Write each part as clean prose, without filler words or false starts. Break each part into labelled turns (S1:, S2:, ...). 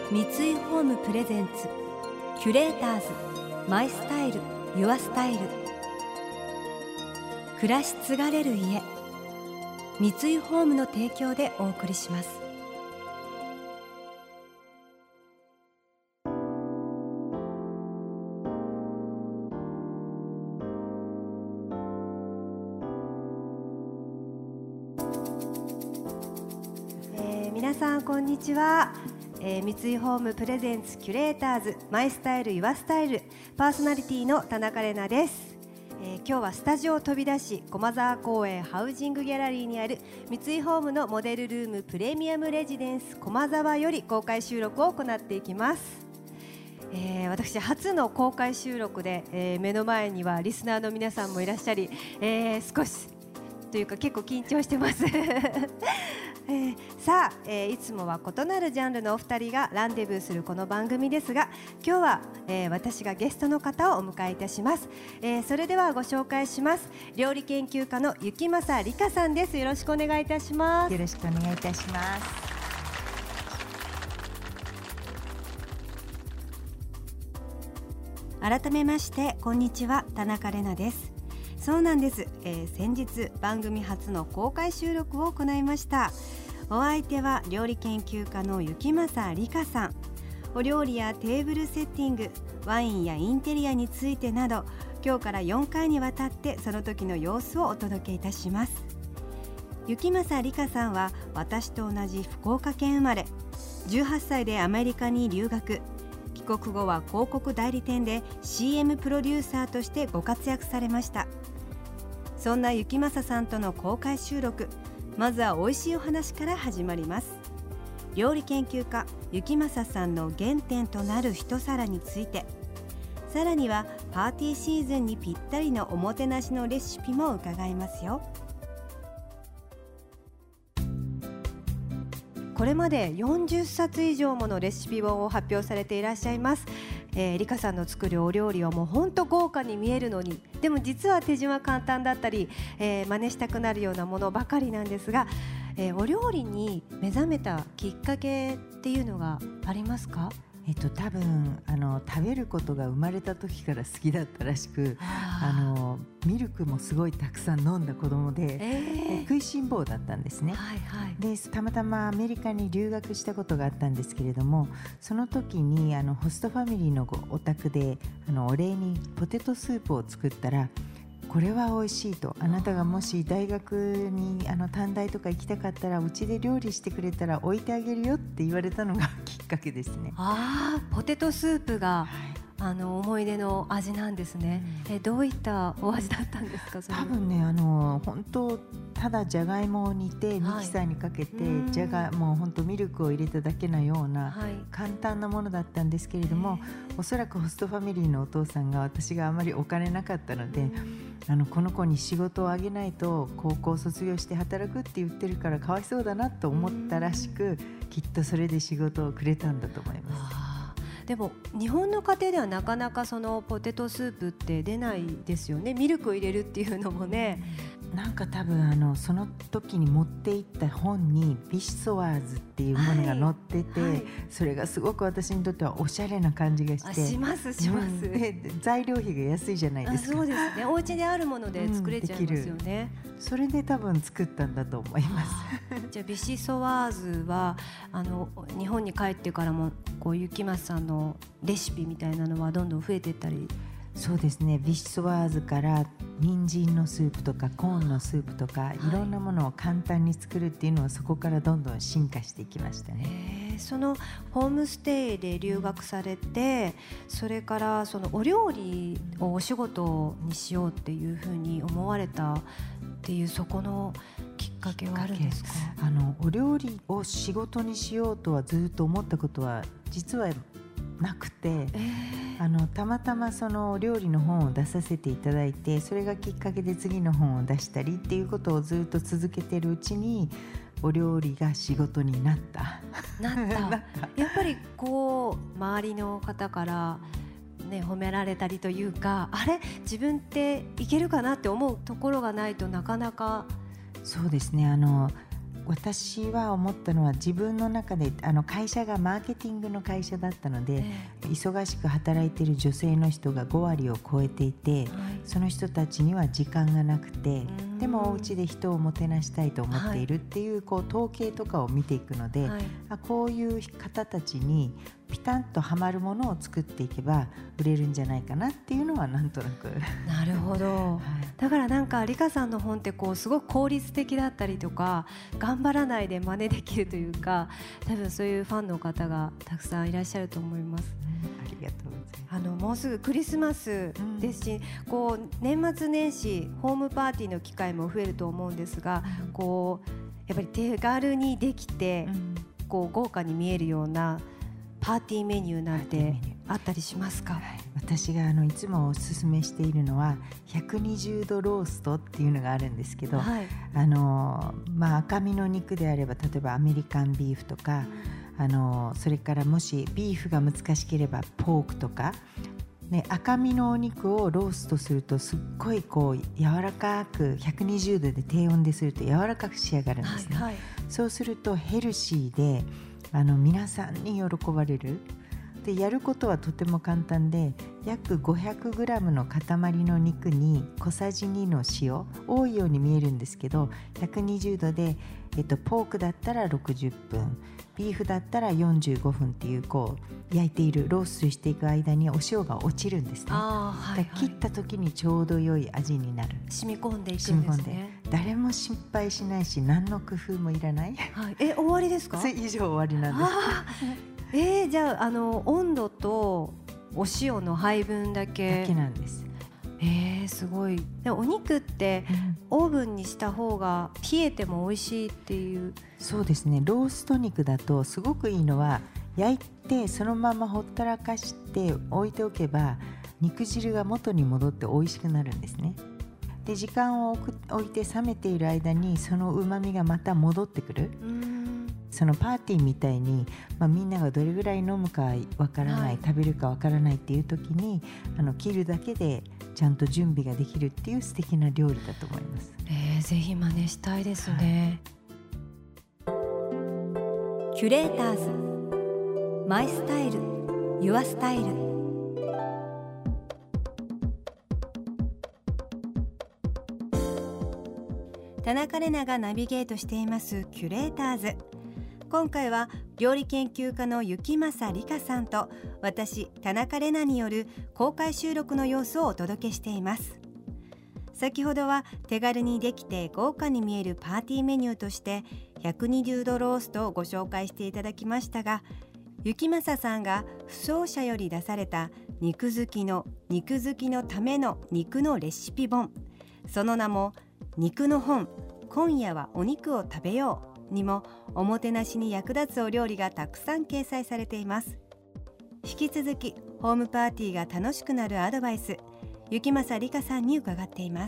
S1: 三井ホームプレゼンツキュレーターズマイスタイルユアスタイル。暮らし継がれる家、三井ホームの提供でお送りします。皆さんこんにちは。三井ホームプレゼンツキュレーターズマイスタイルユアスタイルパーソナリティの田中れなです。今日はスタジオを飛び出し駒沢公園ハウジングギャラリーにある三井ホームのモデルルームプレミアムレジデンス駒沢より公開収録を行っていきます。私初の公開収録で、目の前にはリスナーの皆さんもいらっしゃり、少しというか結構緊張してますさあ、いつもは異なるジャンルのお二人がランデブーするこの番組ですが、今日は、私がゲストの方をお迎えいたします。それではご紹介します。料理研究家の雪政理香さんです。よろしくお願いいたします。
S2: よろしくお願いいたします。
S1: 改めましてこんにちは、田中れなです。そうなんです、先日番組初の公開収録を行いました。お相手は料理研究家の雪政理香さん。お料理やテーブルセッティング、ワインやインテリアについてなど、今日から4回にわたってその時の様子をお届けいたします。雪政理香さんは私と同じ福岡県生まれ、18歳でアメリカに留学、帰国後は広告代理店で CM プロデューサーとしてご活躍されました。そんな雪政さんとの公開収録、まずは美味しいお話から始まります。料理研究家雪政さんの原点となる一皿について、さらにはパーティーシーズンにぴったりのおもてなしのレシピも伺いますよ。これまで40冊以上ものレシピ本を発表されていらっしゃいます。理香さんの作るお料理はもう本当豪華に見えるのに、でも実は手順簡単だったり、真似したくなるようなものばかりなんですが、お料理に目覚めたきっかけっていうのがありますか？
S2: 多分食べることが生まれた時から好きだったらしく、ミルクもすごいたくさん飲んだ子供で、食いしん坊だったんですね、でたまたまアメリカに留学したことがあったんですけれども、その時にホストファミリーのお宅でお礼にポテトスープを作ったら、これは美味しいと、あなたがもし大学に短大とか行きたかったらうちで料理してくれたら置いてあげるよって言われたのがきっかけですね。
S1: ポテトスープが、思い出の味なんですね、どういったお味だったんですか？それ
S2: 多分ね、本当ただじゃがいもを煮てミキサーにかけて、もう本当ミルクを入れただけのような、簡単なものだったんですけれども、おそらくホストファミリーのお父さんが私があまりお金なかったので、この子に仕事をあげないと高校卒業して働くって言ってるからかわいそうだなと思ったらしく、きっとそれで仕事をくれたんだと思います。
S1: でも日本の家庭ではなかなかそのポテトスープって出ないですよね。ミルクを入れるっていうのもね、
S2: なんか多分その時に持っていった本にビシソワーズっていうものが載ってて、それがすごく私にとってはおしゃれな感じがして、
S1: しますします、
S2: で材料費が安いじゃないですか。
S1: そうですね、お家であるもので作れちゃいますよね、
S2: それで多分作ったんだと思います
S1: じゃあビシソワーズは日本に帰ってからもこう雪松さんのレシピみたいなのはどんどん増えていったり。
S2: そうですね、ビシソワーズから人参のスープとかコーンのスープとか、いろんなものを簡単に作るっていうのはそこからどんどん進化していきましたね。
S1: そのホームステイで留学されて、それからそのお料理をお仕事にしようっていうふうに思われたっていう、そこのきっかけはあるんですか？
S2: お料理を仕事にしようとはずっと思ったことは実はなくて、たまたまその料理の本を出させていただいて、それがきっかけで次の本を出したりっていうことをずっと続けているうちに、お料理が仕事になった
S1: やっぱりこう周りの方から褒められたりというか、あれ自分っていけるかなって思うところがないとなかなか。
S2: そうですね、 私は思ったのは、自分の中で会社がマーケティングの会社だったので、忙しく働いている女性の人が5割を超えていて、その人たちには時間がなくて、でもお家で人をもてなしたいと思っているっていう、統計とかを見ていくので、こういう方たちにピタッとはまるものを作っていけば売れるんじゃないかなっていうのはなんとなく。
S1: なるほど、だからなんかリカさんの本ってすごく効率的だったりとか、頑張らないで真似できるというか、多分そういうファンの方がたくさんいらっしゃると思います。
S2: ありがとうございます。
S1: もうすぐクリスマスですし、年末年始ホームパーティーの機会も増えると思うんですが、やっぱり手軽にできて、豪華に見えるようなパーティーメニューなんてあったりしますか？
S2: 私がいつもおすすめしているのは120度ローストっていうのがあるんですけど、赤身の肉であれば、例えばアメリカンビーフとか、それからもしビーフが難しければポークとか、赤身のお肉をローストするとすっごい柔らかく120度で低温ですると柔らかく仕上がるんですね。そうするとヘルシーで皆さんに喜ばれる。でやることはとても簡単で、約 500g の塊の肉に小さじ2の塩、多いように見えるんですけど、120度で、ポークだったら60分、ビーフだったら45分っていう焼いているローストしていく間にお塩が落ちるんですね。切った時にちょうど良い味になる。染み込んでいくんですね。誰も心配しないし、何の工夫もいらない。
S1: 終わりですか？
S2: それ以上終わりなんです。
S1: じゃあ、温度とお塩の配分だけ
S2: なんです。
S1: すごい。でお肉ってオーブンにした方が冷えても美味しいっていう。
S2: そうですね。ロースト肉だとすごくいいのは、焼いてそのままほったらかして置いておけば肉汁が元に戻って美味しくなるんですね。で時間を置いて冷めている間にその旨味がまた戻ってくる。そのパーティーみたいに、みんながどれぐらい飲むかわからない、食べるかわからないっていう時に切るだけでちゃんと準備ができるっていう素敵な料理だと思います。
S1: ぜひ真似したいですね。キュレーターズマイスタイルユアスタイル。田中れながナビゲートしていますキュレーターズ。今回は料理研究家の雪政理香さんと私田中れなによる公開収録の様子をお届けしています。先ほどは手軽にできて豪華に見えるパーティーメニューとして120度ローストをご紹介していただきましたが、雪政さんが不走者より出された肉好きのための肉のレシピ本、その名も肉の本、今夜はお肉を食べようにもおもてなしに役立つお料理がたくさん掲載されています。引き続きホームパーティーが楽しくなるアドバイス、雪政理香さんに伺っています。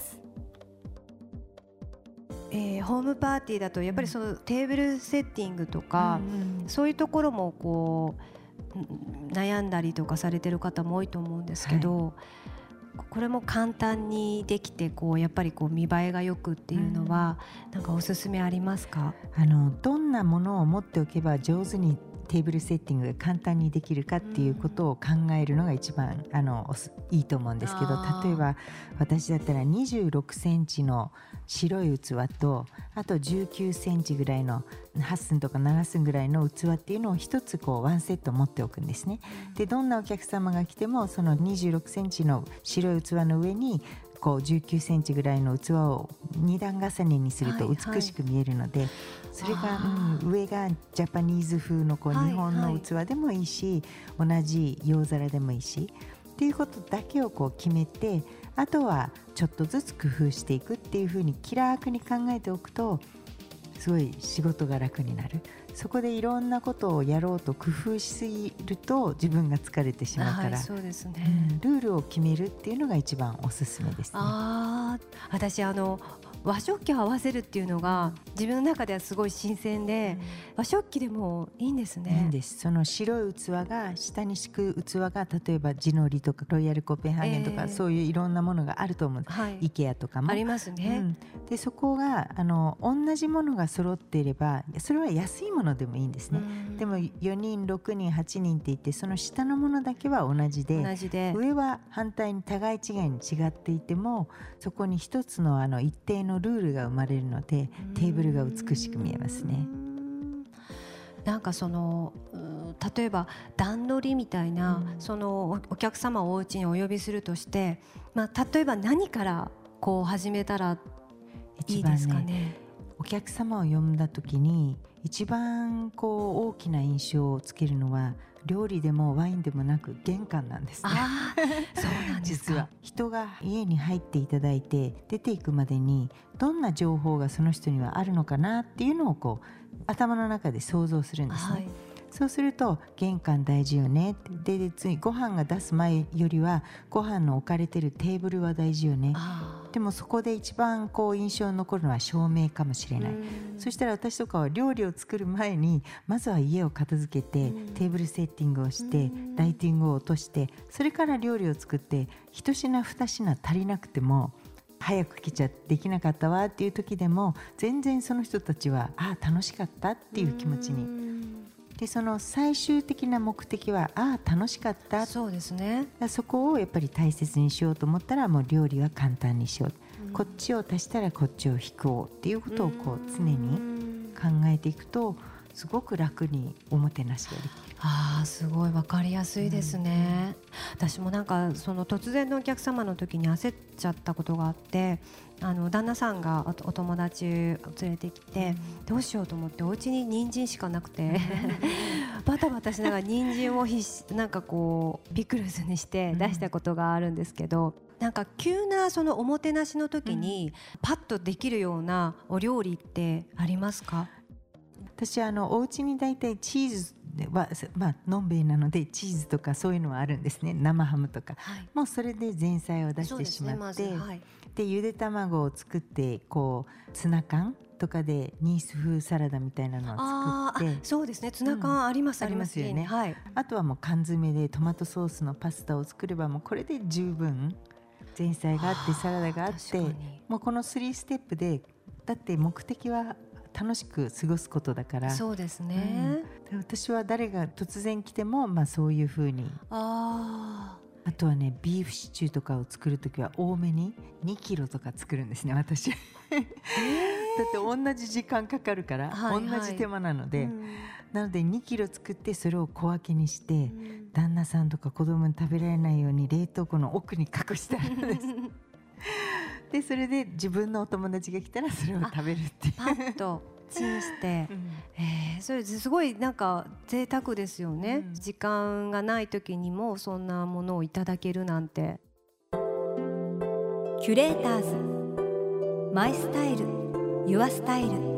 S1: ホームパーティーだとやっぱりそのテーブルセッティングとか、そういうところも悩んだりとかされてる方も多いと思うんですけど、これも簡単にできてやっぱり見栄えがよくっていうのは、なんかおすすめありますか？
S2: どんなものを持っておけば上手にテーブルセッティングが簡単にできるかっていうことを考えるのが一番いいと思うんですけど、例えば私だったら26センチの白い器と、あと19センチぐらいの8寸とか7寸ぐらいの器っていうのを一つワンセット持っておくんですね。でどんなお客様が来てもその26センチの白い器の上に19センチぐらいの器を2段重ねにすると美しく見えるので、それが、上がジャパニーズ風の日本の器でもいいし、同じ洋皿でもいいしっていうことだけを決めて、あとはちょっとずつ工夫していくっていうふうに気楽に考えておくとすごい仕事が楽になる。そこでいろんなことをやろうと工夫しすぎると自分が疲れてしまうから、
S1: そうですね、
S2: ルールを決めるっていうのが一番おすすめですね。
S1: 私和食器を合わせるっていうのが自分の中ではすごい新鮮で、和食器でもいいんですね。
S2: いいんです。その白い器が下に敷く器が例えば地のりとかロイヤルコペンハーゲンとか、そういういろんなものがあると思う、イケアとかも
S1: ありますね、
S2: でそこが同じものが揃っていればそれは安いものでもいいんですね。でも4人6人8人っていってその下のものだけは同じで上は反対に互い違いに違っていてもそこに一つの一定のルールが生まれるのでテーブルが美しく見えますね。
S1: なんか例えば段取りみたいな、そのお客様をお家にお呼びするとして、例えば何からこう始めたらいいですかね。
S2: お客様を呼んだ時に一番こう大きな印象をつけるのは料理でもワインでもなく玄関なんですね。
S1: そうなんですか。
S2: 実は人が家に入っていただいて出ていくまでにどんな情報がその人にはあるのかなっていうのをこう頭の中で想像するんですね、そうすると玄関大事よねってで次ご飯が出す前よりはご飯の置かれてるテーブルは大事よね。でもそこで一番こう印象に残るのは照明かもしれない。そしたら私とかは料理を作る前にまずは家を片付けてテーブルセッティングをしてライティングを落としてそれから料理を作って一品二品足りなくても早く来ちゃできなかったわっていう時でも全然その人たちは楽しかったっていう気持ちにでその最終的な目的は楽しかった。
S1: そうですね。
S2: そこをやっぱり大切にしようと思ったらもう料理は簡単にしよう、こっちを足したらこっちを引こうっていうことをこう常に考えていくとすごく楽におもてなしができる。
S1: すごい分かりやすいですね、私もなんかその突然のお客様の時に焦っちゃったことがあって旦那さんがお友達を連れてきてどうしようと思ってお家に人参しかなくてバタバタしながら人参をなんかこうピクルスにして出したことがあるんですけど、なんか急なそのおもてなしの時にパッとできるようなお料理ってありますか？
S2: 私お家にだいたいチーズは、のんべいなのでチーズとかそういうのはあるんですね。生ハムとか、もうそれで前菜を出してしまって、でゆで卵を作ってこうツナ缶とかでニース風サラダみたいなのを作って
S1: そうですね、ツナ缶あります、
S2: ありますよね、あとはもう缶詰でトマトソースのパスタを作ればもうこれで十分前菜があってサラダがあってもうこの3ステップでだって目的は楽しく過ごすことだから。
S1: そうですね、
S2: 私は誰が突然来ても、そういう風にあとはねビーフシチューとかを作るときは多めに2キロとか作るんですね私だって同じ時間かかるから、同じ手間なので、なので2キロ作ってそれを小分けにして、旦那さんとか子供に食べられないように冷凍庫の奥に隠してあるんですでそれで自分のお友達が来たらそれを食べるっていう
S1: パッとチンして、それすごいなんか贅沢ですよね、時間がない時にもそんなものをいただけるなんて。キュレーターズマイスタイルユアスタイル。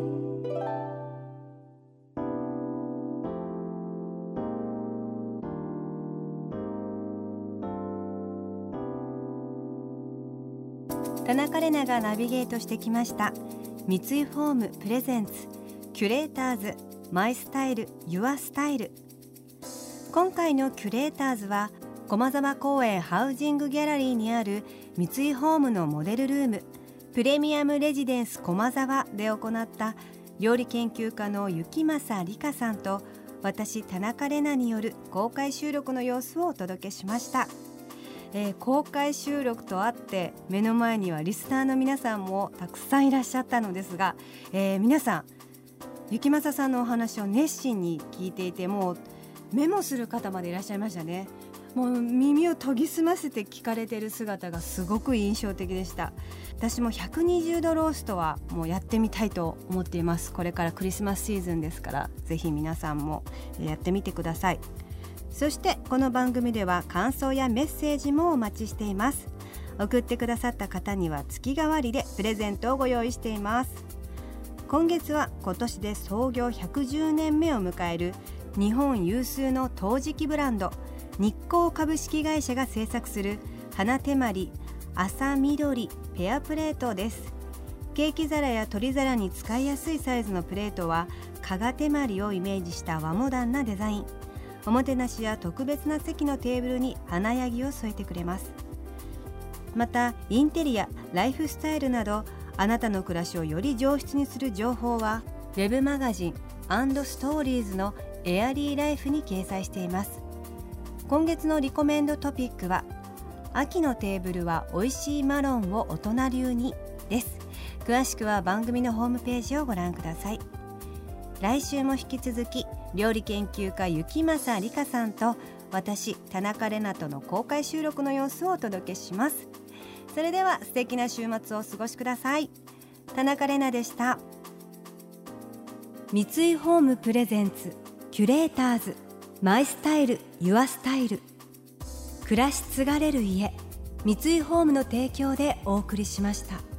S1: 田中れながナビゲートしてきました三井ホームプレゼンツキュレーターズマイスタイルユアスタイル。今回のキュレーターズは駒沢公園ハウジングギャラリーにある三井ホームのモデルルームプレミアムレジデンス駒沢で行った料理研究家の雪政理香さんと私田中れなによる公開収録の様子をお届けしました。公開収録とあって目の前にはリスナーの皆さんもたくさんいらっしゃったのですが、皆さん雪政さんのお話を熱心に聞いていてもうメモする方までいらっしゃいましたね。もう耳を研ぎ澄ませて聞かれている姿がすごく印象的でした。私も120度ローストはもうやってみたいと思っています。これからクリスマスシーズンですからぜひ皆さんもやってみてください。そしてこの番組では感想やメッセージもお待ちしています。送ってくださった方には月替わりでプレゼントをご用意しています。今月は今年で創業110年目を迎える日本有数の陶磁器ブランド日光株式会社が製作する花手まり朝緑ペアプレートです。 ケーキ皿や取り皿に使いやすいサイズのプレートは加賀手まりをイメージした和モダンなデザイン。おもてなしや特別な席のテーブルに華やぎを添えてくれます。またインテリア、ライフスタイルなどあなたの暮らしをより上質にする情報はウェブマガジン&ストーリーズのエアリーライフに掲載しています。今月のリコメンドトピックは秋のテーブルは美味しいマロンを大人流にです。詳しくは番組のホームページをご覧ください。来週も引き続き料理研究家雪政理香さんと私田中れなとの公開収録の様子をお届けします。それでは素敵な週末をお過ごしください。田中れなでした。三井ホームプレゼンツキュレーターズマイスタイルユアスタイル、暮らし継がれる家、三井ホームの提供でお送りしました。